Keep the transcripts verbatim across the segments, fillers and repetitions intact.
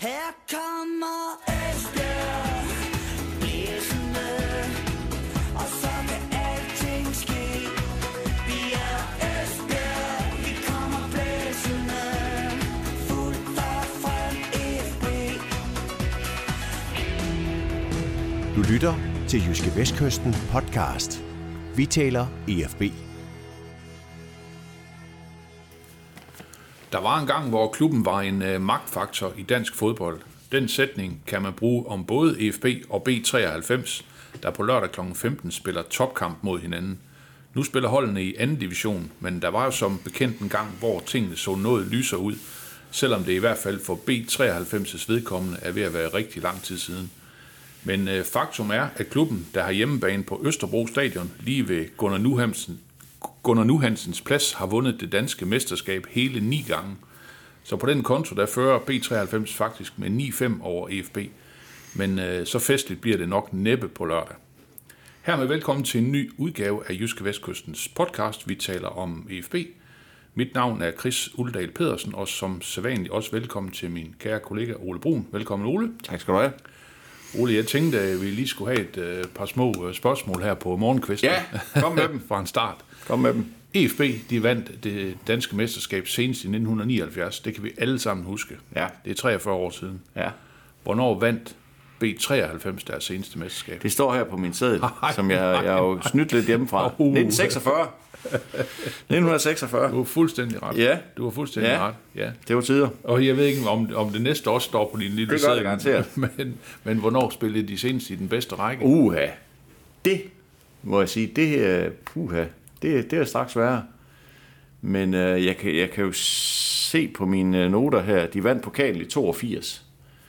Her kommer Esbjerg blæsende, og så kan alting ske. Vi er Esbjerg, vi kommer blæsende, fuldt og frem F B. Du lytter til Jyske Vestkysten podcast. Vi taler E F B. Der var en gang, hvor klubben var en øh, magtfaktor i dansk fodbold. Den sætning kan man bruge om både E F B og B treoghalvfems, der på lørdag klokken femten spiller topkamp mod hinanden. Nu spiller holdene i anden division, men der var jo som bekendt en gang, hvor tingene så noget lysere ud, selvom det i hvert fald for B treoghalvfems' vedkommende er ved at være rigtig lang tid siden. Men øh, faktum er, at klubben, der har hjemmebane på Østerbro Stadion, lige ved Gunnar Nu Hansen, Gunnar Nu Hansens plads, har vundet det danske mesterskab hele ni gange. Så på den konto, der fører B treoghalvfems faktisk med ni fem over E F B. Men øh, så festligt bliver det nok næppe på lørdag. Hermed velkommen til en ny udgave af Jyske Vestkystens podcast. Vi taler om E F B. Mit navn er Chris Uldal Pedersen, og som sædvanligt også velkommen til min kære kollega Ole Brun. Velkommen, Ole. Tak skal du have. Ole, jeg tænkte, at vi lige skulle have et øh, par små spørgsmål her på morgenkvisten. Ja, kom med dem. Fra en start. Kom med dem. E F B, de vandt det danske mesterskab senest i nitten nioghalvfjerds. Det kan vi alle sammen huske. Ja. Det er treogfyrre år siden. Ja. Hvornår vandt B treoghalvfems deres seneste mesterskab? Det står her på min seddel, som jeg, jeg har jo snydt lidt hjemmefra. Uh. nitten seksogfyrre. nitten seksogfyrre. Du var fuldstændig ret. Ja. Du var fuldstændig ja. ret. Ja. Det var tider. Og jeg ved ikke, om, om det næste også står på din lille det seddel. Det gør det garanteret. Men, men hvornår spillede de senest i den bedste række? Uha. Det må jeg sige, det, uha, det, det er straks værre. Men øh, jeg, kan, jeg kan jo se på mine noter her, de vandt pokalen i toogfirs.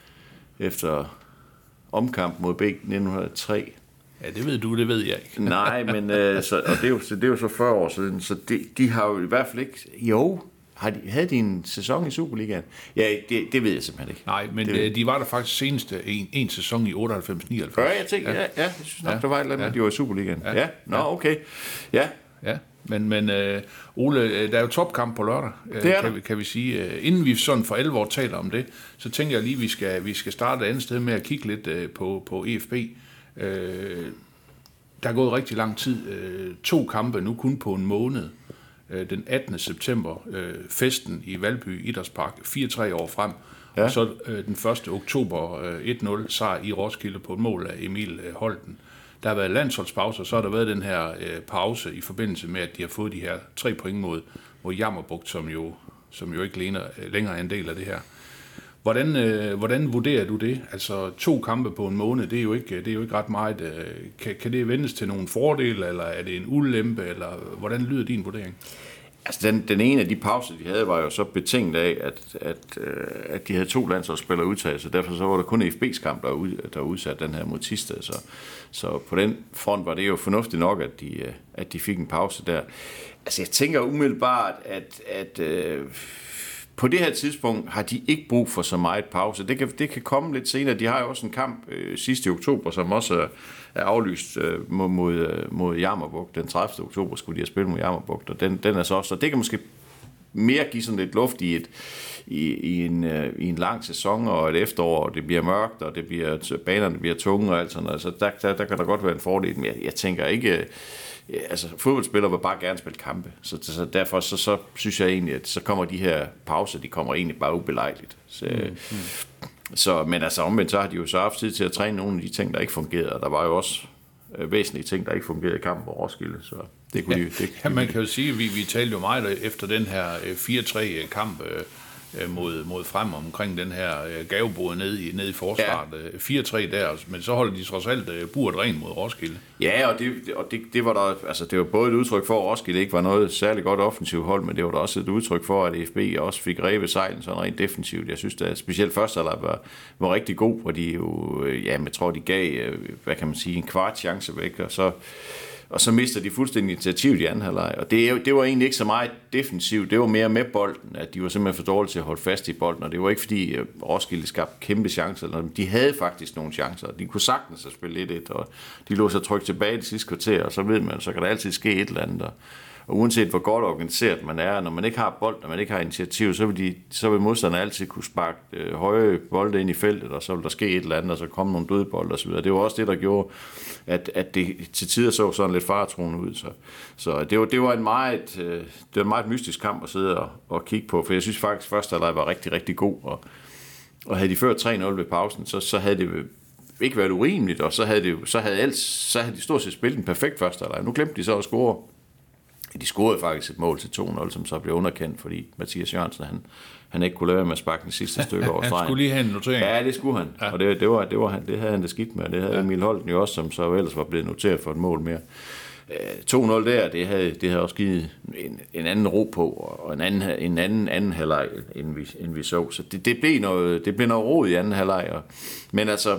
Efter omkamp mod B nitten hundrede og tre. Ja, det ved du, det ved jeg ikke. Nej, men øh, så, og det, er jo, det er jo så fyrre år siden, så de, de har jo i hvert fald ikke... Jo, har de, havde de en sæson i Superligaen? Ja, det, det ved jeg simpelthen ikke. Nej, men det, de var der faktisk senest en, en sæson i otteoghalvfems nioghalvfems. Ja, jeg tænkte, ja, ja, jeg synes nok, ja, der var et eller andet, ja. De var i Superligaen. Ja, ja. Nå, okay. Ja. Ja, men, men øh, Ole, der er jo topkamp på lørdag, øh, kan, vi, kan vi sige. Inden vi sådan for alvor taler om det, så tænker jeg lige, at vi skal, vi skal starte et andet sted med at kigge lidt øh, på, på E F B. Øh, der er gået rigtig lang tid. Øh, to kampe, nu kun på en måned. Øh, den attende september, øh, festen i Valby Idrætspark, fire tre år frem. Ja. Og så øh, den første oktober, øh, et nul sejr i Roskilde på et mål af Emil øh, Holten. Der har været landsholdspause, og så har der været den her øh, pause i forbindelse med, at de har fået de her tre point mod, mod Jammerbugt, som jo, som jo ikke længere, længere er en del af det her. Hvordan, øh, hvordan vurderer du det? Altså to kampe på en måned, det er jo ikke, det er jo ikke ret meget. Øh, kan, kan det vendes til nogle fordele, eller er det en ulempe, eller hvordan lyder din vurdering? Altså den, den ene af de pauser, de havde, var jo så betinget af, at, at, at de havde to landsholdsspillere udtaget, så derfor så var det kun E F B's kamp, der, ud, der udsatte den her mod Thisted. Så, så på den front var det jo fornuftigt nok, at de, at de fik en pause der. Altså jeg tænker umiddelbart, at, at øh, på det her tidspunkt har de ikke brug for så meget pause. Det kan, det kan komme lidt senere. De har jo også en kamp øh, sidste i oktober, som også er, er aflyst øh, mod, mod, mod Jammerbugt. Den tredivte oktober skulle de have spillet mod Jammerbugt, og den, den er så også. Så det kan måske mere give sådan lidt luft i, et, i, i, en, øh, i en lang sæson og et efterår, og det bliver mørkt, og det bliver, banerne bliver tunge og alt sådan noget. Så der, der, der kan der godt være en fordel, men jeg, jeg tænker ikke... Øh, Altså, fodboldspillere vil bare gerne spille kampe, så, så derfor så, så synes jeg egentlig, at så kommer de her pauser, de kommer egentlig bare ubelejligt. Så, mm, mm. så, men altså omvendt, så har de jo så haft tid til at træne nogle af de ting, der ikke fungerede, og der var jo også øh, væsentlige ting, der ikke fungerede i kampen på Roskilde, så det kunne ja, de det, ja, man kan jo sige, at vi, vi talte jo meget efter den her fire tre kamp øh, mod, mod frem omkring den her øh, gavebord nede i, nede i forsvaret. Ja. fire tre der, men så holder de trods alt øh, buret ren mod Roskilde. Ja, og, det, og det, det var der, altså det var både et udtryk for, at Roskilde ikke var noget særligt godt offensivt hold, men det var der også et udtryk for, at E F B også fik revet sejlen sådan rent defensivt. Jeg synes, at specielt første halvleg var, var rigtig god, hvor de jo, ja, jeg tror, de gav, hvad kan man sige, en kvart chance væk, og så Og så mister de fuldstændig initiativet i anden halvleg. Og det, det var egentlig ikke så meget defensivt. Det var mere med bolden, at de var simpelthen for dårlige til at holde fast i bolden. Og det var ikke fordi Roskilde skabte kæmpe chancer. De havde faktisk nogle chancer. De kunne sagtens at spille et et, og de lå så trykt tilbage i det sidste kvarter, og så ved man, så kan der altid ske et eller andet. og uanset hvor godt organiseret man er, når man ikke har bold, når man ikke har initiativ, så vil, de, så vil modstanderne altid kunne sparke øh, høje bolde ind i feltet, og så vil der ske et eller andet, og så komme nogle døde bolde osv. Det var også det, der gjorde, at, at det til tider så sådan lidt faretroende ud. Så, så det, var, det var en meget, øh, det var en meget mystisk kamp at sidde og, og kigge på, for jeg synes faktisk, at første halvleg var rigtig, rigtig god, og, og havde de ført tre nul ved pausen, så, så havde det ikke været urimeligt, og så havde, det, så havde, alt, så havde de stort set spillet en perfekt første halvleg. Nu glemte de så at score. De scorede faktisk et mål til to nul, som så blev underkendt, fordi Mathias Jørgensen, han, han ikke kunne lade være med at sparke den sidste stykke over stregen. Han skulle lige have en notering. Ja, det skulle han. Ja. Og det, det, var, det, var, det havde han det skidt med. Det havde ja. Emil Holten jo også, som så ellers var blevet noteret for et mål mere. to nul der, det havde, det havde også givet en, en anden ro på, og en anden, en anden, anden halvleg, end vi, end vi så. Så det, det, blev noget, det blev noget ro i anden halvleg. Og, men altså,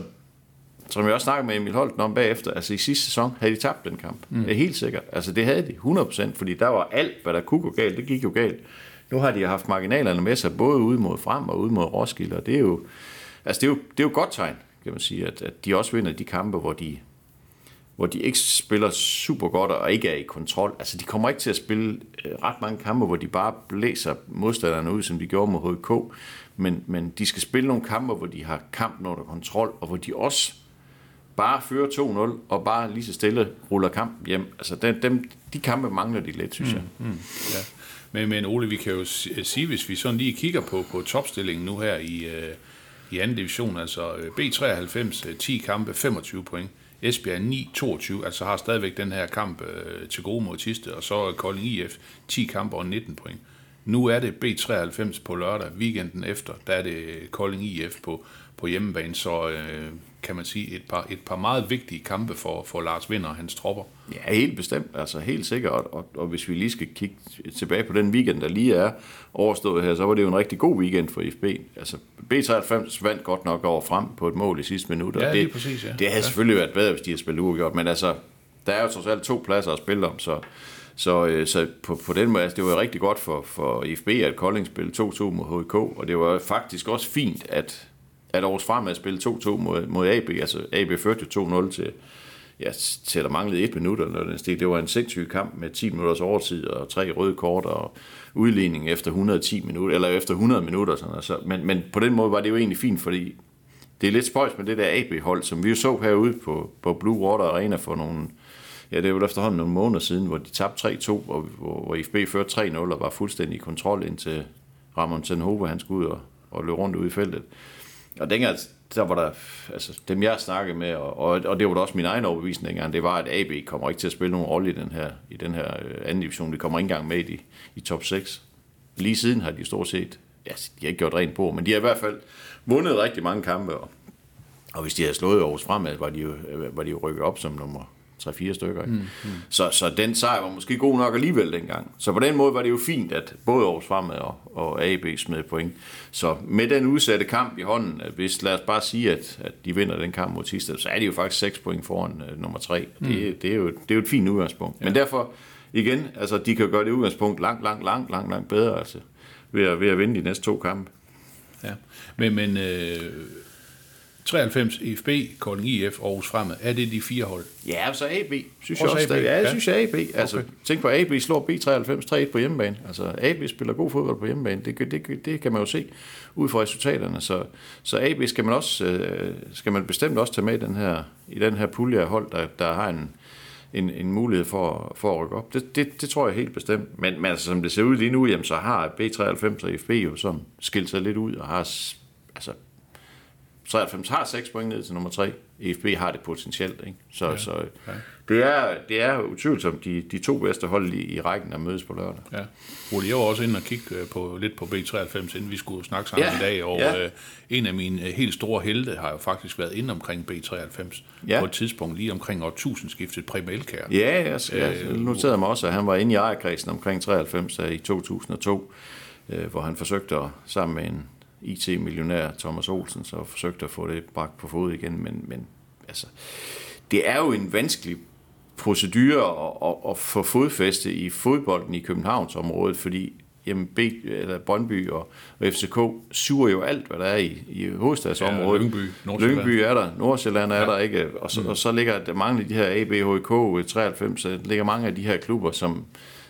som jeg også snakkede med Emil Holten om bagefter, altså i sidste sæson havde de tabt den kamp. Mm. Det er helt sikkert. Altså det havde de, hundrede procent, fordi der var alt, hvad der kunne gå galt, det gik jo galt. Nu har de haft marginalerne med sig, både ude mod Frem og ude mod Roskilde, og det er jo, altså det er jo, det er jo godt tegn, kan man sige, at, at de også vinder de kampe, hvor de, hvor de ikke spiller super godt og ikke er i kontrol. Altså de kommer ikke til at spille ret mange kampe, hvor de bare blæser modstanderne ud, som de gjorde mod H K, men, men de skal spille nogle kampe, hvor de har kampen under kontrol, og hvor de også bare fører to nul, og bare lige så stille ruller kampen hjem. Altså, dem, dem, de kampe mangler de lidt, synes jeg. Mm, mm, ja. men, men Ole, vi kan jo sige, hvis vi sådan lige kigger på, på topstillingen nu her i, øh, i anden division, altså B treoghalvfems, ti kampe, femogtyve point, Esbjerg ni toogtyve, altså har stadigvæk den her kamp øh, til gode mod Thisted, og så Kolding I F, ti kampe og nitten point. Nu er det B treoghalvfems på lørdag, weekenden efter, der er det Kolding I F på, på hjemmebane, så øh, kan man sige et par, et par meget vigtige kampe for, for Lars Vinder og hans tropper. Ja, helt bestemt, altså helt sikkert, og, og, og hvis vi lige skal kigge tilbage på den weekend, der lige er overstået her, så var det jo en rigtig god weekend for I F B. Altså B treoghalvfems vandt godt nok over Frem på et mål i sidste minut, og ja, det, præcis, ja. det havde ja. selvfølgelig været bedre, hvis de havde spillet uafgjort, men altså, der er jo trods alt to pladser at spille om, så Så, så på, på den måde, altså, det var rigtig godt for, for I F B, at Kolding spillede to to mod H K, og det var faktisk også fint, at, at Aarhus Fremad spillede to to mod, mod A B. Altså A B førte jo to nul til, ja, til der manglede et minut, eller den stil. Det var en sindssyg kamp med ti minutters overtid, og tre røde kort, og udligning efter et hundrede og ti minutter, eller efter hundrede minutter. Sådan, altså. men, men på den måde var det jo egentlig fint, fordi det er lidt spøjs med det der A B-hold, som vi jo så herude på, på Blue Water Arena for nogle, ja, det var efterhånden nogle måneder siden, hvor de tabte tre to, og hvor, hvor I F B førte tre nul og var fuldstændig i kontrol, indtil Ramon Tenhove, han skulle ud og, og løb rundt ude i feltet. Og dengang, der var der, altså dem jeg snakkede med, og, og, og det var da også min egen overbevisning dengang, det var, at A B kommer ikke til at spille nogen rolle i den her, i den her anden division. De kommer ikke engang med i, i top seks. Lige siden har de stort set, ja, de har ikke gjort rent på, men de har i hvert fald vundet rigtig mange kampe, og, og hvis de havde slået Aarhus Fremad, var de jo, var de jo rykket op som nummer tre fire stykker. Mm, mm. Så, så den sejr var måske god nok alligevel dengang. Så på den måde var det jo fint, at både Aarhus Fremad og, og A B smed point. Så med den udsatte kamp i hånden, at hvis lad os bare sige, at, at de vinder den kamp mod Thisted, så er de jo faktisk seks point foran uh, nummer tre. Mm. Det, det, er jo, det er jo et fint udgangspunkt. Ja. Men derfor, igen, altså de kan gøre det udgangspunkt langt, langt, langt, langt, langt bedre, altså, ved, at, ved at vinde de næste to kampe. Ja, men, men øh... treoghalvfems, E F B, Kolding I F, Aarhus Fremad. Er det de fire hold? Ja, så A B, synes også jeg også. A B. Ja, jeg ja. synes jeg A B. Altså, okay. Tænk på, A B slår B treoghalvfems tre et på hjemmebane. Altså, A B spiller god fodbold på hjemmebane. Det, det, det kan man jo se ud fra resultaterne. Så, så A B skal man også, øh, skal man bestemt også tage med i den her, i den her pulje af hold, der, der har en, en, en mulighed for, for at rykke op. Det, det, det tror jeg helt bestemt. Men, men altså, som det ser ud lige nu, jamen, så har B treoghalvfems og F B jo som skilt sig lidt ud og har altså treoghalvfems har seks point ned til nummer tre. E F B har det potentielt, ikke? Så, ja, så ja. Det er det er utvivlsomt de de to bedste hold i, i rækken, der mødes på lørdag. Ja. Ole, jeg var også inde og kigge på lidt på B treoghalvfems, inden vi skulle snakke sammen ja. i dag, og ja. øh, en af mine helt store helte har jo faktisk været inde omkring B treoghalvfems ja. på et tidspunkt lige omkring år tusind skiftet Preben Elkjær. Ja, jeg, jeg øh, noterede mig også, at han var inde i ejerkredsen omkring treoghalvfems i to tusind og to, øh, hvor han forsøgte at, sammen med en I T-millionær Thomas Olsen, så forsøgte at få det bragt på fod igen, men, men altså, det er jo en vanskelig procedure at, at, at få fodfæste i fodbolden i Københavnsområdet, fordi jamen B, eller Brøndby og, og F C K suger jo alt, hvad der er i, i hovedstadsområdet. Ja, Lyngby, Lyngby er der, Nordsjælland er ja. der ikke, og så, mm. og så ligger der mange af de her A B, H K, treoghalvfems, der ligger mange af de her klubber, som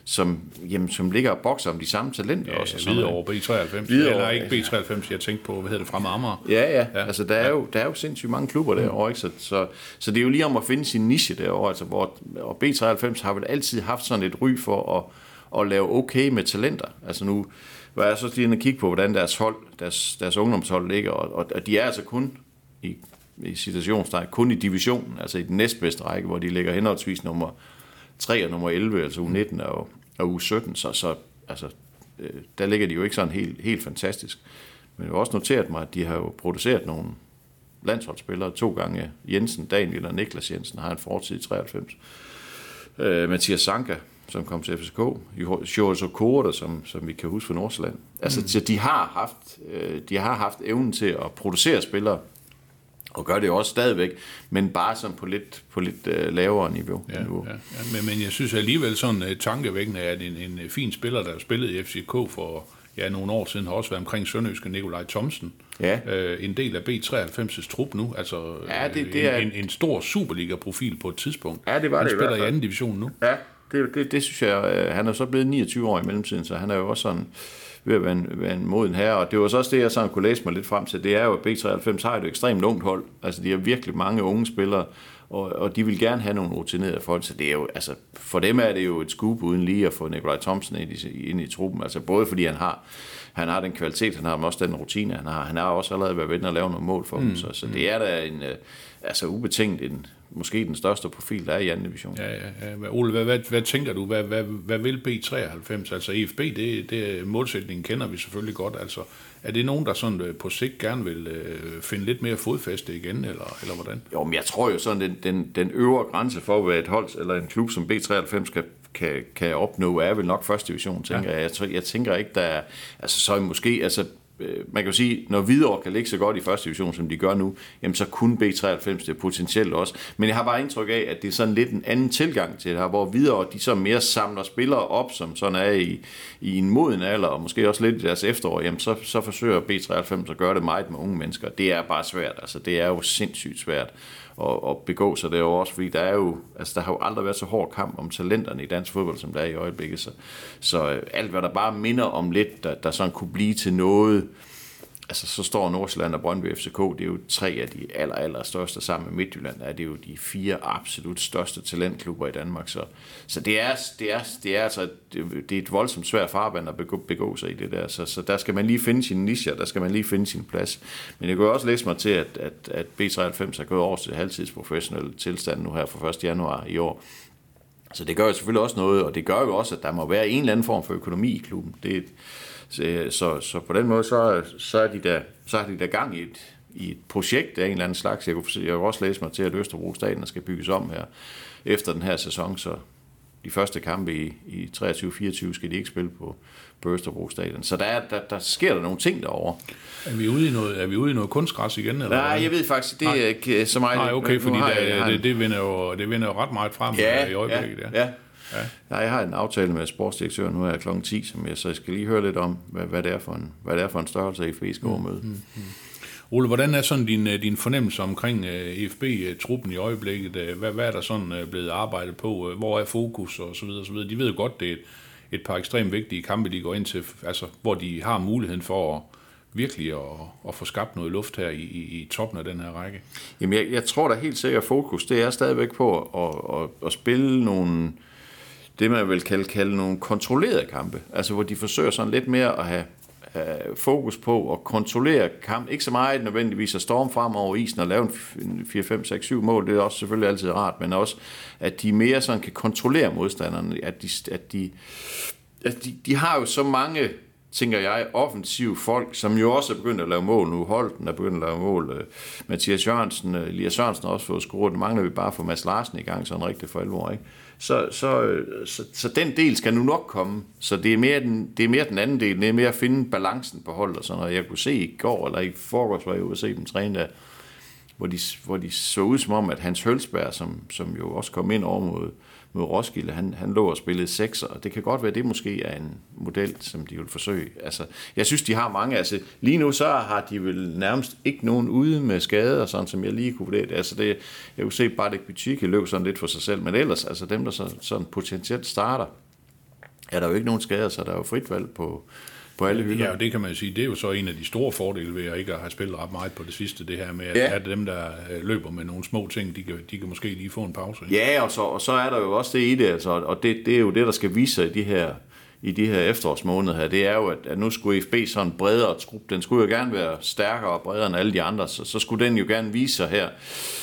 som, jamen, som ligger og bokser om de samme talenter ja, også. Videre over B treoghalvfems. Hvidovre, Eller ikke B treoghalvfems, jeg tænkte på, hvad hedder det, Fremad Amager. Ja, ja, ja. Altså, der er, jo, der er jo sindssygt mange klubber derovre, ikke? Så, så, så det er jo lige om at finde sin niche derovre, altså, hvor, og B treoghalvfems har vel altid haft sådan et ry for at, at lave okay med talenter. Altså nu var jeg så lige inde og kigge på, hvordan deres hold, deres, deres ungdomshold ligger, og, og de er altså kun i, i situationstegn, kun i divisionen, altså i den næstbedste række, hvor de ligger henholdsvis nummer tre og nummer elleve, altså U nitten og, og U sytten, så, så altså, øh, der ligger de jo ikke sådan helt, helt fantastisk. Men jeg har også noteret mig, at de har jo produceret nogle landsholdsspillere to gange. Jensen, Daniel og Niklas Jensen har en fortid i treoghalvfems. Øh, Mathias Sanka, som kom til F C K. Sjørs Okora, som, som vi kan huske fra Nordsjælland. Altså, mm. så de har haft, øh, de har haft evnen til at producere spillere, og gør det jo også stadigvæk, men bare sådan på lidt, på lidt uh, lavere niveau. Ja, niveau. Ja, ja. Men, men jeg synes alligevel sådan uh, tankevækkende, at en, en fin spiller, der spillede i F C K for ja, nogle år siden, har også været omkring sønderjyske Nikolaj Thomsen. Ja. Uh, en del af B treoghalvfems' trup nu. Altså ja, det, det er... en, en stor Superliga-profil på et tidspunkt. Ja, det var han det spiller i, i anden division nu. Ja, det, det, det synes jeg. Uh, han er så blevet niogtyve år i mellemtiden, så han er jo også sådan ved at være en, være en moden herre, og det var så også det, jeg sådan kunne læse mig lidt frem til, det er jo, at B treoghalvfems har et ekstremt ungt hold, altså de har virkelig mange unge spillere, og, og de vil gerne have nogle rutinerede folk, så det er jo, altså for dem er det jo et scoop uden lige at få Nikolaj Thomsen ind i, ind i truppen, altså både fordi han har, han har den kvalitet, han har også den rutine, han har, han har også allerede været ved at lave nogle mål for mm. dem, så, så det er da en, altså ubetinget en, måske den største profil, der er i anden division. Ja, ja, ja. Ole, hvad, hvad, hvad tænker du? Hvad, hvad, hvad vil B treoghalvfems? Altså E F B, det, det målsætningen kender vi selvfølgelig godt. Altså, er det nogen, der sådan på sigt gerne vil øh, finde lidt mere fodfæste igen, eller, eller hvordan? Jo, men jeg tror jo sådan, den, den, den øvre grænse for, hvad et hold eller en klub som B treoghalvfems kan, kan, kan opnå, er vel nok første division, tænker ja. jeg. Jeg, jeg tænker ikke, der er, altså så måske, altså man kan jo sige, når Hvidovre kan ligge så godt i første division, som de gør nu, jamen så kunne B treoghalvfems det potentielt også. Men jeg har bare indtryk af, at det er sådan lidt en anden tilgang til det her, hvor Hvidovre, de så mere samler spillere op, som sådan er i, i en moden alder, og måske også lidt i deres efterår, jamen så, så forsøger B treoghalvfems at gøre det meget med unge mennesker. Det er bare svært, altså det er jo sindssygt svært at, at begå sig derovre også, fordi der er jo, altså der har jo aldrig været så hård kamp om talenterne i dansk fodbold, som der er i øjeblikket. Så, så alt, hvad der bare minder om lidt, der, der sådan kunne blive til noget, altså så står Nordsjælland og Brøndby F C K, det er jo tre af de aller, aller største, sammen med Midtjylland, er det jo de fire absolut største talentklubber i Danmark. Så, så det, er, det, er, det er altså det, det er et voldsomt svært farvand at begå, begå sig i det der. Så, så der skal man lige finde sin niche, der skal man lige finde sin plads. Men jeg kan jo også læse mig til, at, at, at B treoghalvfems er gået over til halvtidsprofessionel tilstand nu her fra første januar i år. Så det gør jo selvfølgelig også noget, og det gør jo også, at der må være en eller anden form for økonomi i klubben. Det Så, så, så på den måde, så, så, er de der, så er de der gang i et, i et projekt af en eller anden slags. Jeg kunne, jeg kunne også læse mig til, at Østerbro Stadion skal bygges om her efter den her sæson, så de første kampe i, i treogtyve fireogtyve skal de ikke spille på, på Østerbro Stadion. Så der, er, der, der sker der nogle ting derovre. Er vi ude i noget, er vi ude i noget kunstgræs igen? Eller Nej, jeg ved faktisk, det er ikke så meget. Nej, okay, fordi det, det, det, vinder jo, det vinder jo ret meget frem ja, i øjeblikket. Ja, ja. Ja. Ja, jeg har en aftale med sportsdirektøren nu her klokken ti, som jeg så skal lige høre lidt om, hvad, hvad, det, er for en, hvad det er for en størrelse, E F B skal mm, møde. Mm, mm. Ole, hvordan er sådan din, din fornemmelse omkring E F B-truppen i øjeblikket? Hvad, hvad er der sådan blevet arbejdet på? Hvor er fokus og så videre, så videre? De ved jo godt, det er et, et par ekstremt vigtige kampe, de går ind til, altså, hvor de har muligheden for at virkelig at, at få skabt noget luft her i, i, i toppen af den her række. Jamen, jeg, jeg tror da helt sikkert, fokus, det er stadigvæk på at, at, at spille nogle, det man vil kalde, kalde nogle kontrollerede kampe, altså hvor de forsøger sådan lidt mere at have, have fokus på at kontrollere kamp, ikke så meget nødvendigvis at storme frem over isen og lave en fire, fem, seks, syv mål, det er også selvfølgelig altid rart, men også at de mere sådan kan kontrollere modstanderne, at de, at de, at de, de har jo så mange, tænker jeg, offensive folk, som jo også er begyndt at lave mål nu. Holten er begyndt at lave mål. Mathias Jørgensen, Elias Sørensen har også fået scoret. Det mangler vi bare at få Mads Larsen i gang, sådan rigtig for alvor, ikke? Så, så, så, så den del skal nu nok komme. Så det er, mere den, det er mere den anden del. Det er mere at finde balancen på holdet og sådan noget. Jeg kunne se i går, eller i forgårs var jeg ude at se dem træne der, hvor de, hvor de så ud som om, at Hans Hølsberg, som, som jo også kom ind over mod, mod Roskilde, han, han lå og spillede sekser, og det kan godt være, at det måske er en model, som de vil forsøge. Altså, jeg synes, de har mange, altså lige nu så har de vel nærmest ikke nogen ude med skader, sådan som jeg lige kunne vurdere. Altså det, jeg kunne se, bare det Butike løb sådan lidt for sig selv, men ellers, altså dem, der så, sådan potentielt starter, er der jo ikke nogen skader, så der er jo frit valg på, på alle hylder. Ja, og det kan man jo sige, det er jo så en af de store fordele ved at ikke have spillet ret meget på det sidste, det her med, at, ja. at dem, der løber med nogle små ting, de kan, de kan måske lige få en pause. Ikke? Ja, og så, og så er der jo også det i det, altså, og det, det er jo det, der skal vise sig i de her, i de her efterårsmåneder her, det er jo, at, at nu skulle F B sådan en bredere trup, den skulle jo gerne være stærkere og bredere end alle de andre, så, så skulle den jo gerne vise sig her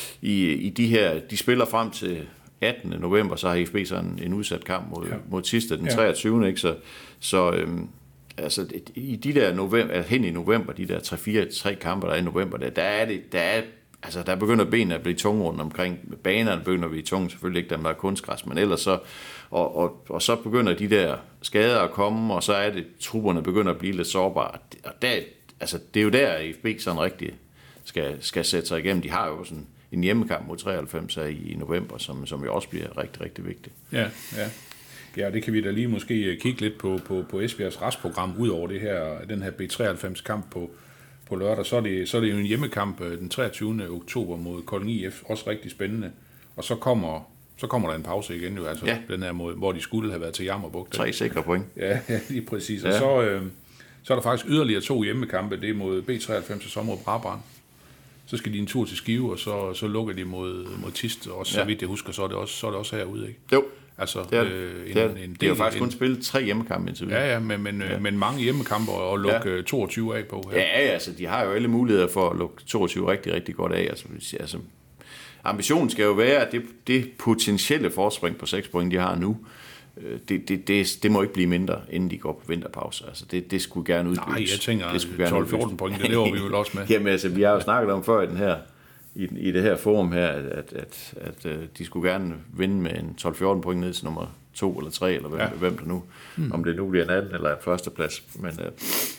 i, i de her, de spiller frem til attende november, så har F B så en, en udsat kamp mod, ja. mod sidste, den treogtyvende Ikke? Så, så øhm, altså, i de der november, hen i november, de der tre fire tre kampe, der er i november, der, der er det, der er, altså der begynder benene at blive tunge rundt omkring. Banerne begynder at blive tunge, selvfølgelig ikke dem, der er kunstgræs, men ellers så, og, og, og så begynder de der skader at komme, og så er det, trupperne begynder at blive lidt sårbare. Og der, altså, det er jo der, at F B sådan rigtig skal, skal sætte sig igennem. De har jo sådan en hjemmekamp mod treoghalvfems her i november, som, som jo også bliver rigtig, rigtig vigtigt. Ja, ja. Ja, det kan vi da lige måske kigge lidt på, på, på Esbjergs restprogram, ud over det her, den her B treoghalvfems kamp på, på lørdag. Så er, det, så er det jo en hjemmekamp den treogtyvende oktober mod Kolding I F, også rigtig spændende. Og så kommer, så kommer der en pause igen, jo, altså ja. den her måde, hvor de skulle have været til Jammerbugt. Tre sikre point. Ja, lige præcis. Og ja. så, øh, så er der faktisk yderligere to hjemmekampe, det er mod B treoghalvfems og så mod Brabrand. Så skal de en tur til Skive, og så, så lukker de mod, mod Tist, og så ja. vidt jeg husker, så er det også, så er det også herude, ikke? Jo. Altså, det er, øh, en, det er, en del, det er jo faktisk kun spillet tre hjemmekampe indtil videre. Ja, ja, men, men, ja. men mange hjemmekampe at lukke ja. toogtyve af på. Her. Ja, ja, altså de har jo alle muligheder for at lukke toogtyve rigtig, rigtig godt af. Altså, altså, ambitionen skal jo være, at det, det potentielle forspring på seks point, de har nu, det, det, det, det må ikke blive mindre, inden de går på vinterpause. Altså, det, det skulle gerne udbygges. Nej, jeg tænker tolv fjorten point, det lever vi jo også med. Jamen altså, vi har jo snakket om før i den her I, i det her forum her, at, at, at, at, at de skulle gerne vinde med en tolv fjorten point ned til nummer to eller tre, eller hvem, ja. hvem der nu, hmm. om det nu bliver en anden eller en førsteplads. Men, uh,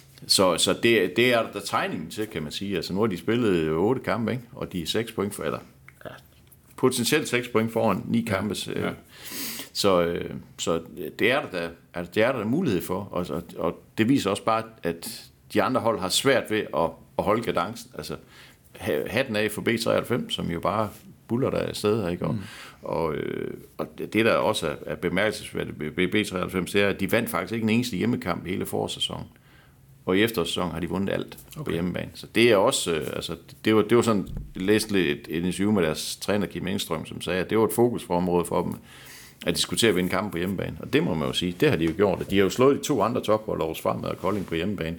så så det, det er der tegningen til, kan man sige. Altså nu har de spillet otte kampe, ikke? Og de er seks point for, eller ja, potentielt seks point foran ni kampe. Ja. Ja. Så, øh, så det er der, der, altså, det er der, der mulighed for, og, og, og det viser også bare, at de andre hold har svært ved at, at holde kadencen. Altså hatten af for B treoghalvfems, som jo bare buller der afsted, ikke? Og, mm. og, øh, og det der også er, er bemærkelsesværdigt ved B treoghalvfems, det er, at de vandt faktisk ikke en eneste hjemmekamp i hele forårssæsonen. Og i efterårssæsonen har de vundet alt okay. på hjemmebane. Så det er også, øh, altså, det var, det var sådan, jeg læste lidt et, et interview med deres træner Kim Engstrøm, som sagde, at det var et fokus for området for dem, at de skulle til at vinde kampen på hjemmebane. Og det må man jo sige, det har de jo gjort. De har jo slået de to andre tophold, Aarhus Fremad og Kolding, på hjemmebane.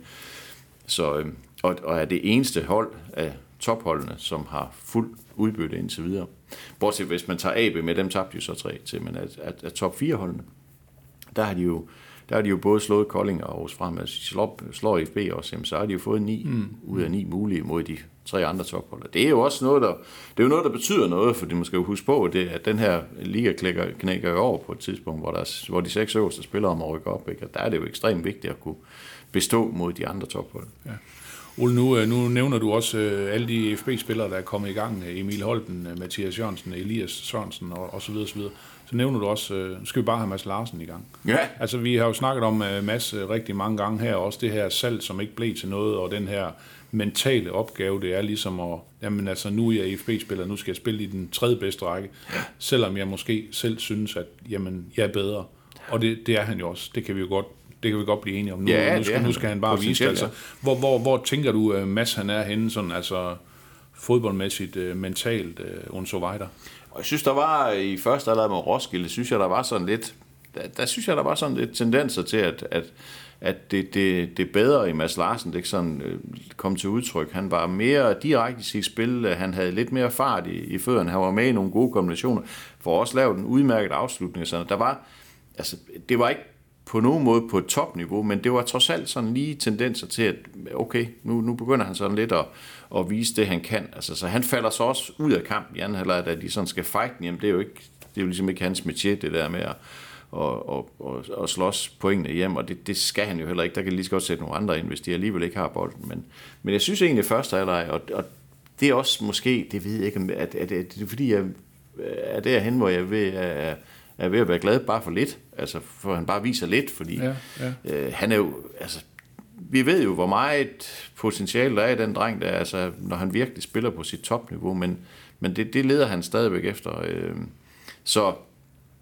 Så, øh, og, og er det eneste hold af topholdene, som har fuld udbytte indtil videre. Bortset hvis man tager A B med, dem tabte jo så tre til, men at, at, at top fire holdene, der har de jo der har de jo både slået Kolding og Aarhus Fremad. Hvis de slår, slår F B også, jamen, så har de jo fået ni mm. ud af ni mulige mod de tre andre topholder. Det er jo også noget, der, det er jo noget, der betyder noget, for man skal jo huske på, at, det, at den her liga knækker jo over på et tidspunkt, hvor, der, hvor de seks øverste spiller om at rykke op, ikke? Og der er det jo ekstremt vigtigt at kunne bestå mod de andre topholder. Ja. Ole, nu, nu nævner du også øh, alle de F B-spillere, der er kommet i gang. Emil Holten, Mathias Jørgensen, Elias Sørensen og, og så videre, så videre. Så nævner du også, øh, nu skal vi bare have Mads Larsen i gang. Ja. Altså, vi har jo snakket om uh, Mads uh, rigtig mange gange her, også det her salg, som ikke blev til noget, og den her mentale opgave, det er ligesom at, jamen altså, nu er jeg F B-spiller, nu skal jeg spille i den tredje bedste række, ja. Selvom jeg måske selv synes, at jamen, jeg er bedre. Og det, det er han jo også, det kan vi jo godt Det kan vi godt blive enige om. Nu, ja, nu, skal, nu skal han bare vise altså, hvor, hvor, hvor tænker du, uh, Mads han er henne, sådan, altså fodboldmæssigt, uh, mentalt, uh, und so weiter? Og jeg synes, der var i første alder med Roskilde, synes jeg, der var sådan lidt, der, der synes jeg, der var sådan lidt tendenser til, at, at, at det, det, det bedre i Mads Larsen, det ikke sådan uh, kom til udtryk. Han var mere direkte i sit spil, han havde lidt mere fart i, i fødderne, han var med i nogle gode kombinationer, for også lavet en udmærket afslutning. Så der var, altså, det var ikke på nogen måde på et topniveau, men det var trods alt sådan lige tendenser til, at okay, nu, nu begynder han sådan lidt at, at vise det, han kan. Altså, så han falder så også ud af kampen i anden halvleg, da de sådan skal fighte. Jamen, det er jo ikke, det er jo ligesom ikke hans metier, det der med at, at, at, at, at slås pointene hjem, og det, det skal han jo heller ikke. Der kan lige så godt sætte nogle andre ind, hvis de alligevel ikke har bolden. Men, men jeg synes egentlig første halvleg, og, og det er også måske, det ved jeg ikke, at, at, at det er fordi, jeg er derhen, hvor jeg ved, at er ved at være glad bare for lidt, altså for han bare viser lidt, fordi ja, ja. Øh, han er jo, altså vi ved jo, hvor meget potentiale der er i den dreng, der, altså når han virkelig spiller på sit topniveau, men, men det, det leder han stadigvæk efter. Øh, så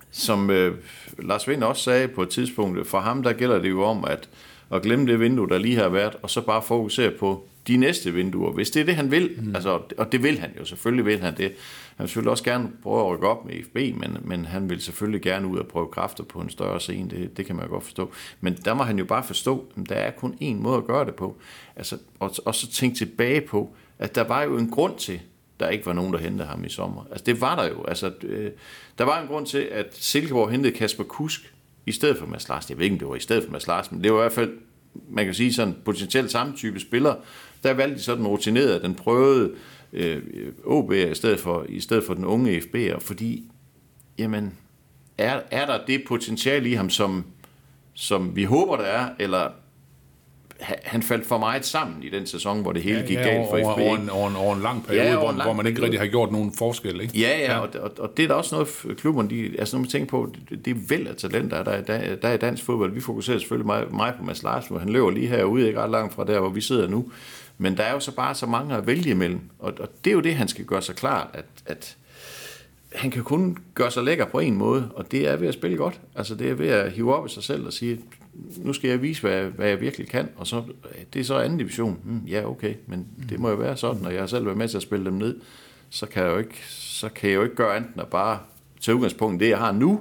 som øh, Lars Vind også sagde på et tidspunkt, for ham der gælder det jo om at, at glemme det vindue, der lige har været, og så bare fokusere på de næste vinduer, hvis det er det, han vil. Mm. Altså, og det vil han jo, selvfølgelig vil han det. Han vil selvfølgelig også gerne prøve at rykke op med F B, men, men han vil selvfølgelig gerne ud og prøve kræfter på en større scene, det, det kan man jo godt forstå. Men der må han jo bare forstå, at der er kun én måde at gøre det på. Altså, og, og så tænke tilbage på, at der var jo en grund til, der ikke var nogen, der hentede ham i sommer. Altså, det var der jo. Altså, øh, der var en grund til, at Silkeborg hentede Kasper Kusk i stedet for Mads Larsen. Jeg ved ikke, om det var i stedet for Mads Larsen, men det var i hvert fald, man kan sige, sådan potentielt samme type spiller. Der valgte de sådan rutineret, den prøvede øh, O B'er i stedet for, i stedet for den unge F B'er, fordi, jamen, er, er der det potentiale i ham, som, som vi håber, der er, eller han faldt for meget sammen i den sæson, hvor det hele gik ja, ja, galt for over, F B. Over en, over, en, over en lang periode, ja, hvor, en lang hvor man ikke rigtig har gjort nogen forskel, ikke? Ja, ja, ja. Og, og, og det er der også noget, klubberne, de, altså når man tænker på, det, det er vel af talenter, der, der, der er i dansk fodbold. Vi fokuserer selvfølgelig meget, meget på Mads Larsen, hvor han løber lige herude, ikke ret langt fra der, hvor vi sidder nu. Men der er jo så bare så mange at vælge imellem, og, og det er jo det, han skal gøre sig klart, at, at han kan kun gøre sig lækker på en måde, og det er ved at spille godt. Altså det er ved at hive op i sig selv og sige, nu skal jeg vise, hvad, hvad jeg virkelig kan, og så, det er så anden division. Hmm, ja, okay, men det må jo være sådan, og jeg har selv været med til at spille dem ned, så kan jeg jo ikke, så kan jeg jo ikke gøre andet end at bare tage udgangspunkt i det, jeg har nu,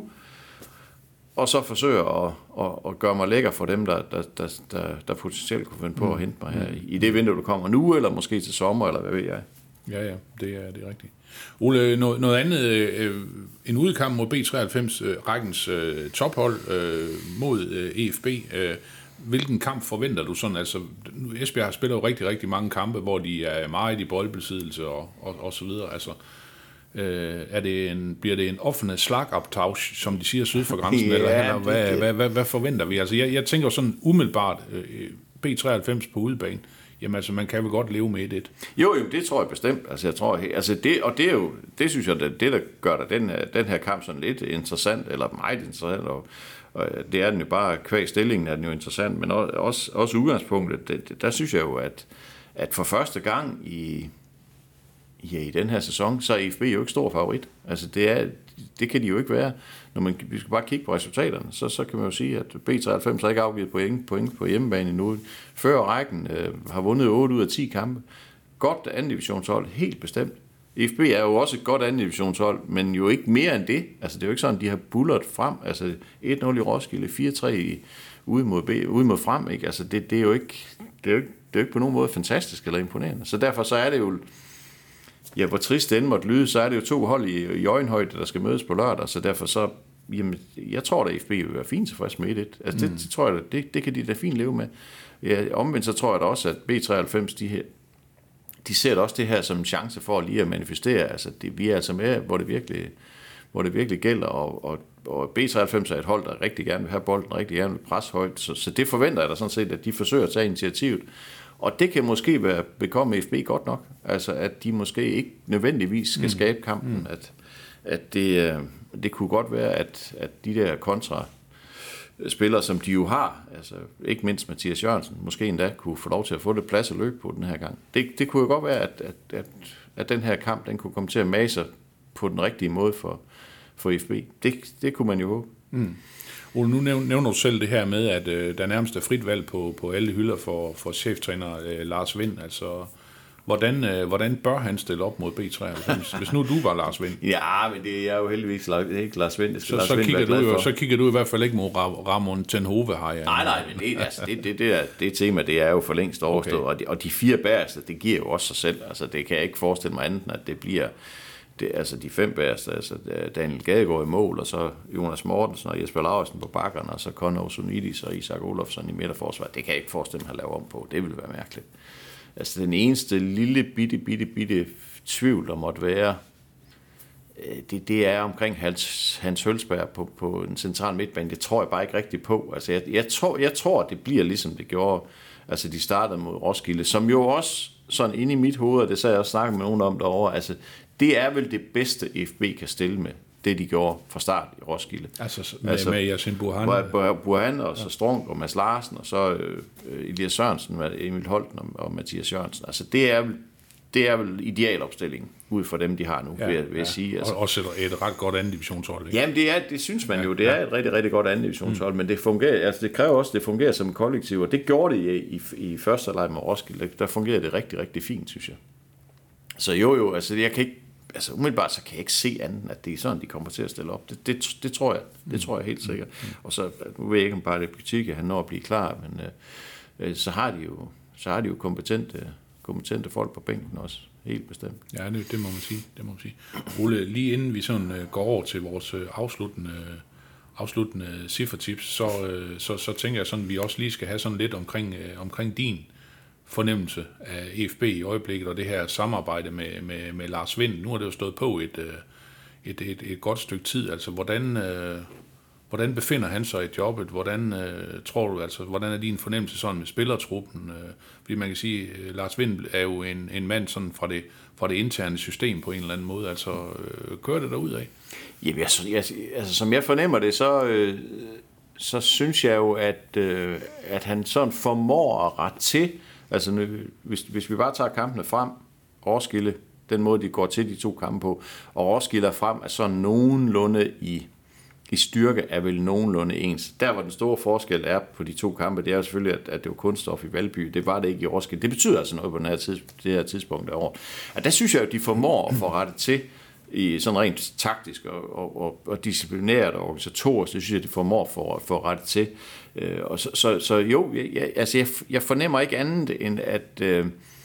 og så forsøge at, at, at gøre mig lækker for dem, der, der, der, der, der potentielt kunne finde på at hente mig her i det vindue, der kommer nu, eller måske til sommer, eller hvad ved jeg. Ja, ja, det er, det er rigtigt. Ole, noget, noget andet, øh, en udkamp mod B treoghalvfems, øh, rækkens øh, tophold øh, mod øh, E F B. Øh, hvilken kamp forventer du sådan? Altså, Esbjerg har spillet jo rigtig, rigtig mange kampe, hvor de er meget i boldbesiddelse og, og, og så videre. Altså, øh, er det en, bliver det en offentlig slagoptag, som de siger syd for grænsen, ja, eller, eller hvad, det, det. Hvad, hvad, hvad forventer vi? Altså, jeg, jeg tænker sådan umiddelbart, øh, B treoghalvfems på udebane. Jamen altså, man kan vel godt leve med det. Jo, jo, det tror jeg bestemt. Altså, jeg tror, altså det, og det er jo, det synes jeg, det, det der gør der den her, den her kamp sådan lidt interessant, eller meget interessant, og, og det er den jo bare, kvæg stillingen er den jo interessant, men også, også udgangspunktet, det, der synes jeg jo, at, at for første gang i, ja, i den her sæson, så er E F B jo ikke stor favorit. Altså, det, er, det kan de jo ikke være. Når man, vi skal bare kigge på resultaterne, så, så kan man jo sige, at B treoghalvfems har ikke afgivet point, point på hjemmebane endnu. Før rækken øh, har vundet otte ud af ti kampe. Godt anden divisionshold, helt bestemt. E F B er jo også et godt anden divisionshold, men jo ikke mere end det. Altså, det er jo ikke sådan, de har bulleret frem. Altså, et nul i Roskilde, fire tre ude mod, B, ude mod frem. Ikke? Altså, det, det, er jo ikke, det, er jo ikke, det er jo ikke på nogen måde fantastisk eller imponerende. Så derfor så er det jo... Ja, hvor trist det end måtte lyde, så er det jo to hold i, i øjenhøjde, der skal mødes på lørdag, så derfor så, jamen, jeg tror, at F B vil være fint tilfreds med et. Altså, mm. det, det tror jeg, det, det kan de da fint leve med. Ja, omvendt så tror jeg da også, at B treoghalvfems, de, her, de ser da også det her som en chance for lige at manifestere. Altså, det, vi er altså med, hvor det virkelig, hvor det virkelig gælder, og, og, og B treoghalvfems er et hold, der rigtig gerne vil have bolden, rigtig gerne vil presse højt, så, så det forventer jeg da sådan set, at de forsøger at tage initiativet. Og det kan måske være bekomme F B godt nok, altså at de måske ikke nødvendigvis skal skabe kampen, mm. at, at det, det kunne godt være, at, at de der kontraspillere, som de jo har, altså ikke mindst Mathias Jørgensen, måske endda kunne få lov til at få lidt plads at løbe på den her gang. Det, det kunne jo godt være, at, at, at, at den her kamp, den kunne komme til at mase på den rigtige måde for, for F B. Det, det kunne man jo håbe. Mm. Ole, nu nævner du selv det her med, at øh, der nærmest er frit valg på, på alle hylder for, for cheftræner øh, Lars Vind. Altså, hvordan, øh, hvordan bør han stille op mod B treoghalvfems, hvis nu du var Lars Vind? Ja, men det er jo heldigvis ikke Lars Vind. Det så, Lars så, Vind kigger du jo, så kigger du i hvert fald ikke mod Ramon Tenhove, har jeg. Nej, nej, men det, altså, det, det, det, er, det tema, det er jo for længst overstået. Okay. Og, de, og de fire bagerste, det giver jo også sig selv. Altså, det kan jeg ikke forestille mig andet, at det bliver... Det, altså de fem bagerste, altså Daniel Gadegaard i mål, og så Jonas Mortensen og Jesper Lauritsen på bakkerne, og så Conor Sonidis og Isak Olofsson i midterforsvaret. Det kan jeg ikke forestille mig at lave om på. Det ville være mærkeligt. Altså den eneste lille bitte, bitte, bitte tvivl, der måtte være, det, det er omkring Hans, Hans Hølsberg på, på den centrale midtbane. Det tror jeg bare ikke rigtigt på. Altså jeg, jeg, tror, jeg tror, det bliver ligesom det gjorde. Altså de startede mod Roskilde, som jo også sådan inde i mit hoved, og det sagde jeg også snakket med nogen om derovre, altså det er vel det bedste F B kan stille med, det de gjorde fra start i Roskilde. Altså med, altså, med Yasin Burhan. Burhan, og så Strunk og Mads Larsen, og så øh, Elias Sørensen, Emil Holten og, og Mathias Jørgensen. Altså det er vel det er vel idealopstillingen ud fra dem, de har nu, ja, vil, jeg, vil jeg ja. sige. Altså. Og også et, et ret godt anden divisionshold. Jamen, det, er, det synes man jo, det er et rigtig, rigtig godt anden divisionshold, mm. men det fungerer, altså det kræver også, det fungerer som kollektiv, og det gjorde det i, i, i første leg med Roskilde. Der fungerede det rigtig, rigtig fint, synes jeg. Så jo, jo, altså jeg kan ikke, altså umiddelbart så kan jeg ikke se andet, at det er sådan, de kommer til at stille op. Det, det, det tror jeg, det tror jeg helt sikkert. Mm. Og så, nu ved jeg ikke, om bare det butik, han når at blive klar, men øh, så har de jo, så har de jo kompetente, kompetente folk på bænken også. Helt bestemt. Ja, det, det må man sige. Det må man sige. Ole, lige inden vi sådan uh, går over til vores uh, afsluttende, uh, afsluttende ciffertips, så, uh, så, så tænker jeg sådan, at vi også lige skal have sådan lidt omkring, uh, omkring din fornemmelse af E F B i øjeblikket, og det her samarbejde med, med, med Lars Vind. Nu har det jo stået på et, uh, et, et, et godt stykke tid. Altså, hvordan, uh, hvordan befinder han sig i jobbet? Hvordan uh, tror du, altså, hvordan er din fornemmelse sådan med spillertruppen? Uh, fordi man kan sige, at Lars Vind er jo en, en mand sådan fra det, fra det interne system på en eller anden måde. Altså, øh, kører det derudad? Jamen, jeg, jeg, altså, som jeg fornemmer det, så, øh, så synes jeg jo, at, øh, at han sådan formår at rette til. Altså, nu, hvis, hvis vi bare tager kampene frem, Roskilde, den måde, de går til de to kampe på, og Roskilde frem er sådan nogenlunde i... i styrke er vel nogenlunde ens. Der, hvor den store forskel er på de to kampe, det er jo selvfølgelig, at, at det var kunststof i Valby. Det var det ikke i Roskilde. Det betyder altså noget på den her tids, det her tidspunkt derovre. Og der synes jeg jo, at de formår at få rettet til i sådan rent taktisk og, og, og, og disciplinært og organisatorisk. Det synes jeg, at de formår at få, få rettet til. Øh, og så, så, så jo, jeg, jeg, altså jeg, jeg fornemmer ikke andet, end at, øh,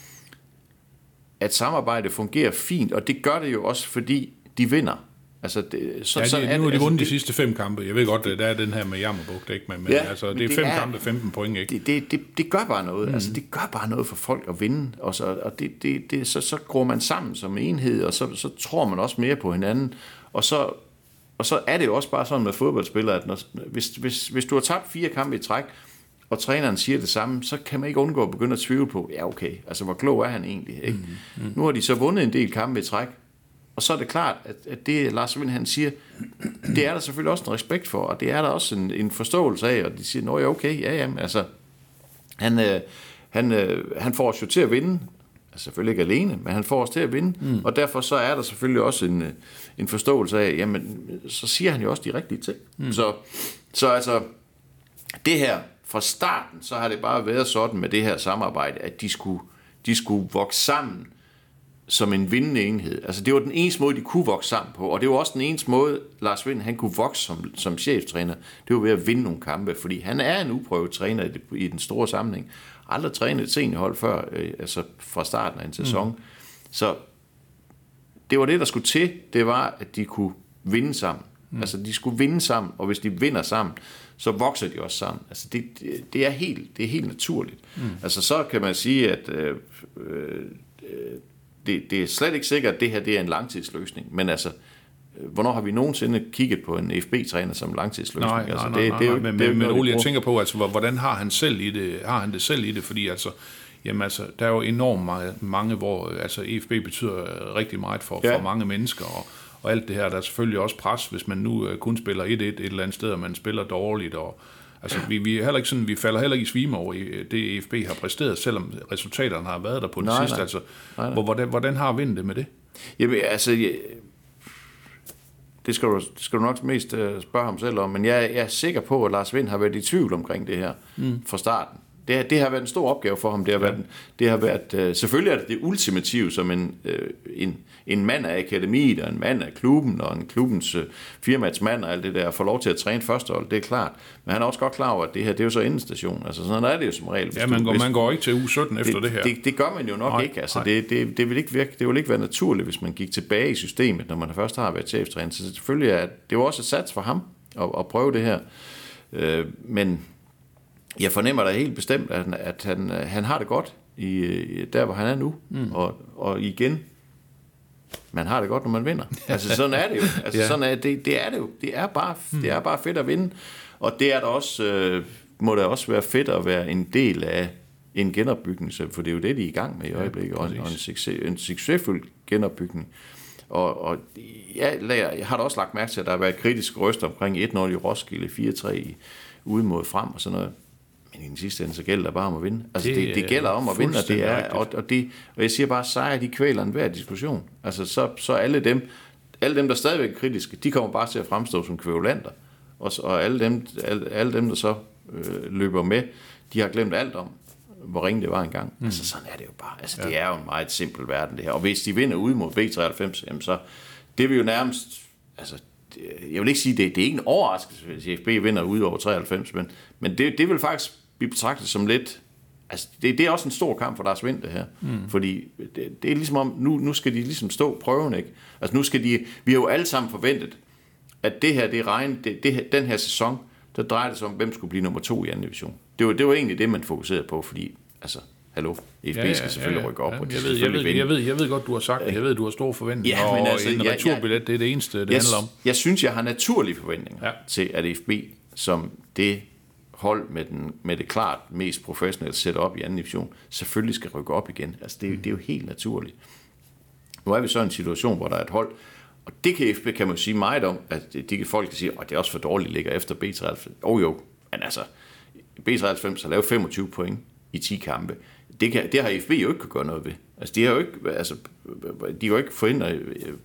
at samarbejdet fungerer fint. Og det gør det jo også, fordi de vinder. Altså det, så, ja, de, så er nu har de altså, vundet det, de sidste fem kampe. Jeg ved godt, der er den her med Jammerbugt, ikke? Men, ja, men altså, det men er det fem er, kampe, femten point, ikke? Det, det, det, det gør bare noget. Mm. Altså, det gør bare noget for folk at vinde. Og, så, og det, det, det, så, så går man sammen som enhed, og så, så tror man også mere på hinanden. Og så, og så er det jo også bare sådan med fodboldspillere, at når, hvis, hvis, hvis du har tabt fire kampe i træk, og træneren siger det samme, så kan man ikke undgå at begynde at tvivle på, ja okay, altså hvor klog er han egentlig? Ikke? Mm. Mm. Nu har de så vundet en del kampe i træk, og så er det klart, at, at det Lars Vind han siger, det er der selvfølgelig også en respekt for, og det er der også en, en forståelse af, og de siger, nå ja, okay, ja, ja, altså, han, øh, han, øh, han får os jo til at vinde, altså selvfølgelig ikke alene, men han får os til at vinde, mm. og derfor så er der selvfølgelig også en, en forståelse af, jamen, så siger han jo også de rigtige ting. Mm. Så, så altså, det her, fra starten, så har det bare været sådan med det her samarbejde, at de skulle, de skulle vokse sammen, som en vindende enhed. Altså det var den eneste måde, de kunne vokse sammen på, og det var også den eneste måde, Lars Vind, han kunne vokse som, som cheftræner. Det var ved at vinde nogle kampe, fordi han er en uprøvet træner i, det, i den store sammenhæng. Aldrig trænet et seniorhold før, øh, altså fra starten af en sæson. Mm. Så det var det, der skulle til, det var, at de kunne vinde sammen. Mm. Altså de skulle vinde sammen, og hvis de vinder sammen, så vokser de også sammen. Altså det, det, det, er, helt, det er helt naturligt. Mm. Altså så kan man sige, at øh, øh, Det, det er slet ikke sikkert, at det her det er en langtidsløsning, men altså, hvornår har vi nogensinde kigget på en F B-træner som langtidsløsning? Nej, altså, nej, nej, det, nej, det er jo, men, det er jo men noget, Ole, jeg tænker på, altså, hvordan har han selv i det, har han det selv i det, fordi altså, jamen, altså, der er jo enormt mange, mange hvor altså, E F B betyder rigtig meget for, ja. for mange mennesker, og, og alt det her, der er selvfølgelig også pres, hvis man nu uh, kun spiller et et et eller andet sted, og man spiller dårligt, og altså, vi, vi, er heller ikke sådan, vi falder heller ikke i svime over det, E F B har præsteret, selvom resultaterne har været der på det nej, sidste. Nej. Altså, nej, nej. Hvordan, hvordan har Vind det med det? Jamen, altså, jeg, det, skal du, det skal du nok mest uh, spørge ham selv om, men jeg, jeg er sikker på, at Lars Vind har været i tvivl omkring det her mm. fra starten. Det, det har været en stor opgave for ham. Det har ja. været, det har været uh, selvfølgelig er det det ultimative, som en, uh, en, en mand af akademiet, og en mand af klubben, og en klubbens uh, firmatsmand, og alt det der, får lov til at træne førstehold, det er klart. Men han er også godt klar over, at det her, det er jo så endestation. Altså sådan er det jo som regel. Ja, man, du, går, hvis, man går ikke til uge sytten efter det, det her. Det, det gør man jo nok nej, ikke. Altså, det, det, det, vil ikke virke, det vil ikke være naturligt, hvis man gik tilbage i systemet, når man først har været cheftræner. Så selvfølgelig er det jo også et sats for ham at, at prøve det her. Uh, men jeg fornemmer da helt bestemt, at han, at han, han har det godt i, der, hvor han er nu. Mm. Og, og igen, man har det godt, når man vinder. Altså sådan er det jo. Altså ja. sådan er det, det er det jo. Det er bare, mm. det er bare fedt at vinde. Og det er der også, øh, må det også være fedt at være en del af en genopbygning, for det er jo det, de er i gang med i øjeblikket, ja, og, en, og en, succes, en succesfuld genopbygning. Og, og jeg, jeg har da også lagt mærke til, at der har været kritiske røster omkring et nul i Roskilde, fire tre ude mod frem og sådan noget. Men i den sidste ende, så gælder det bare om at vinde. Altså, Det det, det gælder om at vinde, og, det er, fuldstændig og, og, det, og jeg siger bare, sejr, de kvæler enhver diskussion. Altså, så, så alle dem, alle dem, der stadigvæk er kritiske, de kommer bare til at fremstå som kværulanter. Og, og alle, dem, alle, alle dem, der så øh, løber med, de har glemt alt om, hvor ringe det var engang. Mm. Altså, sådan er det jo bare. Altså, ja. Det er jo en meget simpel verden, det her. Og hvis de vinder ud mod B treoghalvfems, jamen så, det vil jo nærmest, altså, jeg vil ikke sige, det, det er ikke en overraskelse, hvis F B vinder ud over treoghalvfems, men, men det, det vil faktisk blive betragtet som lidt, altså det, det er også en stor kamp for Lars Vind, det her. Mm. Fordi det, det er ligesom om, nu, nu skal de ligesom stå prøven, ikke? Altså nu skal de, vi har jo alle sammen forventet, at det her, det er regn, det, det, den her sæson, der drejer det sig om, hvem skulle blive nummer to i anden division. Det var, det var egentlig det, man fokuserede på, fordi, altså, hallo, F B ja, ja, skal selvfølgelig ja, ja. rykke op, ja, og de jeg, ved, jeg, ved, jeg, ved, jeg ved godt, du har sagt det. Jeg ved, du har store forventninger, ja, men altså, og en returbillet, ja, det er det eneste, det jeg, handler om. Jeg synes, jeg har naturlige forventninger ja. til, at F B, som det hold med, den, med det klart mest professionelle setup i anden division, selvfølgelig skal rykke op igen. Altså, det, mm. det er jo helt naturligt. Nu er vi så i en situation, hvor der er et hold, og det kan F B, kan man jo sige meget om, at de kan folk kan sige, at det er også for dårligt, ligger efter B treoghalvfems. Jo jo, men altså, B treoghalvfems har lavet femogtyve point i ti kampe. Det, kan, det har F B jo ikke kunne gøre noget ved. Altså, de har jo ikke, altså, de kan jo ikke forhindre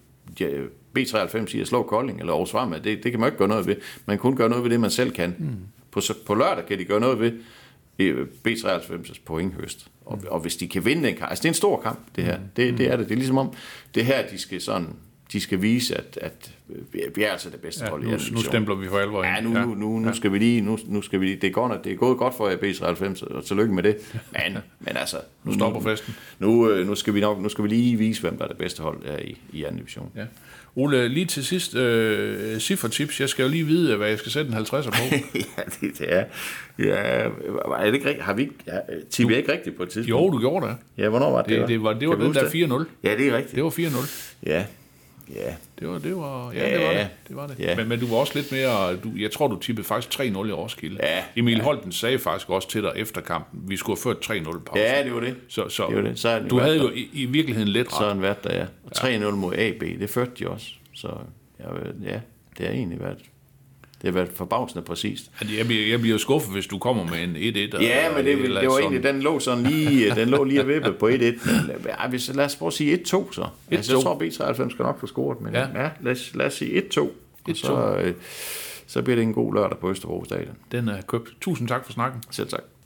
B treoghalvfems i at slå Kolding eller Aarhus Fremad. Det, det kan man ikke gøre noget ved. Man kan kun gøre noget ved det, man selv kan. Mm. På, på lørdag kan de gøre noget ved B treoghalvfems' pointhøst. Og, og hvis de kan vinde en kamp, altså det er en stor kamp, det her. Det, det er det. Det er ligesom om, det her, de skal sådan, de skal vise, at, at vi er altså det bedste ja, hold nu, i anden nu stempler vi for alvor ind. Ja, nu, nu, nu, nu skal vi lige, nu, nu skal vi lige, det er godt, det er gået godt for jer B treoghalvfems, og tillykke med det. Men, men altså, nu stopper festen. Nu, nu skal vi nok, nu skal vi lige vise, hvem der er det bedste hold der i, i anden division. Ja. Ole, lige til sidst, øh, ciffertips. Jeg skal jo lige vide, hvad jeg skal sætte en halvtredser på. ja, det, det er. Ja, er det ikke rigtigt? Har vi ikke, ja, tippet jeg ikke rigtigt på et tidspunkt? Jo, du gjorde det. Ja, hvornår var det? Det, det var, det var den der fire nul. Ja, det er rigtigt. Det var fire nul. Ja. Ja. Det var, det var, ja, ja, det var det. det, var det. Ja. Men, men du var også lidt mere, du, jeg tror, du tippede faktisk tre nul i Roskilde. Ja. Emil ja. Holten sagde faktisk også til dig efter kampen, vi skulle have ført tre nul pause. Ja, det var det. Så, så, det, var det. så du havde jo i, i virkeligheden let ret. Sådan været der, ja. Og tre nul mod A B, det førte de også. Så ja, det har egentlig været, det har været forbavsende præcist. Jeg bliver, jeg bliver skuffet, hvis du kommer med en et et. Ja, men det, det var sådan. Egentlig, den lå sådan lige, den lå lige at vippe på et et. Men, ja, hvis, lad os prøve at sige et to så. Altså, jeg tror, B treoghalvfems skal nok få scoret, men ja, ja lad, os, lad os sige et to. Og så, øh, så bliver det en god lørdag på Østerbro Stadion. Den er købt. Tusind tak for snakken. Selv tak.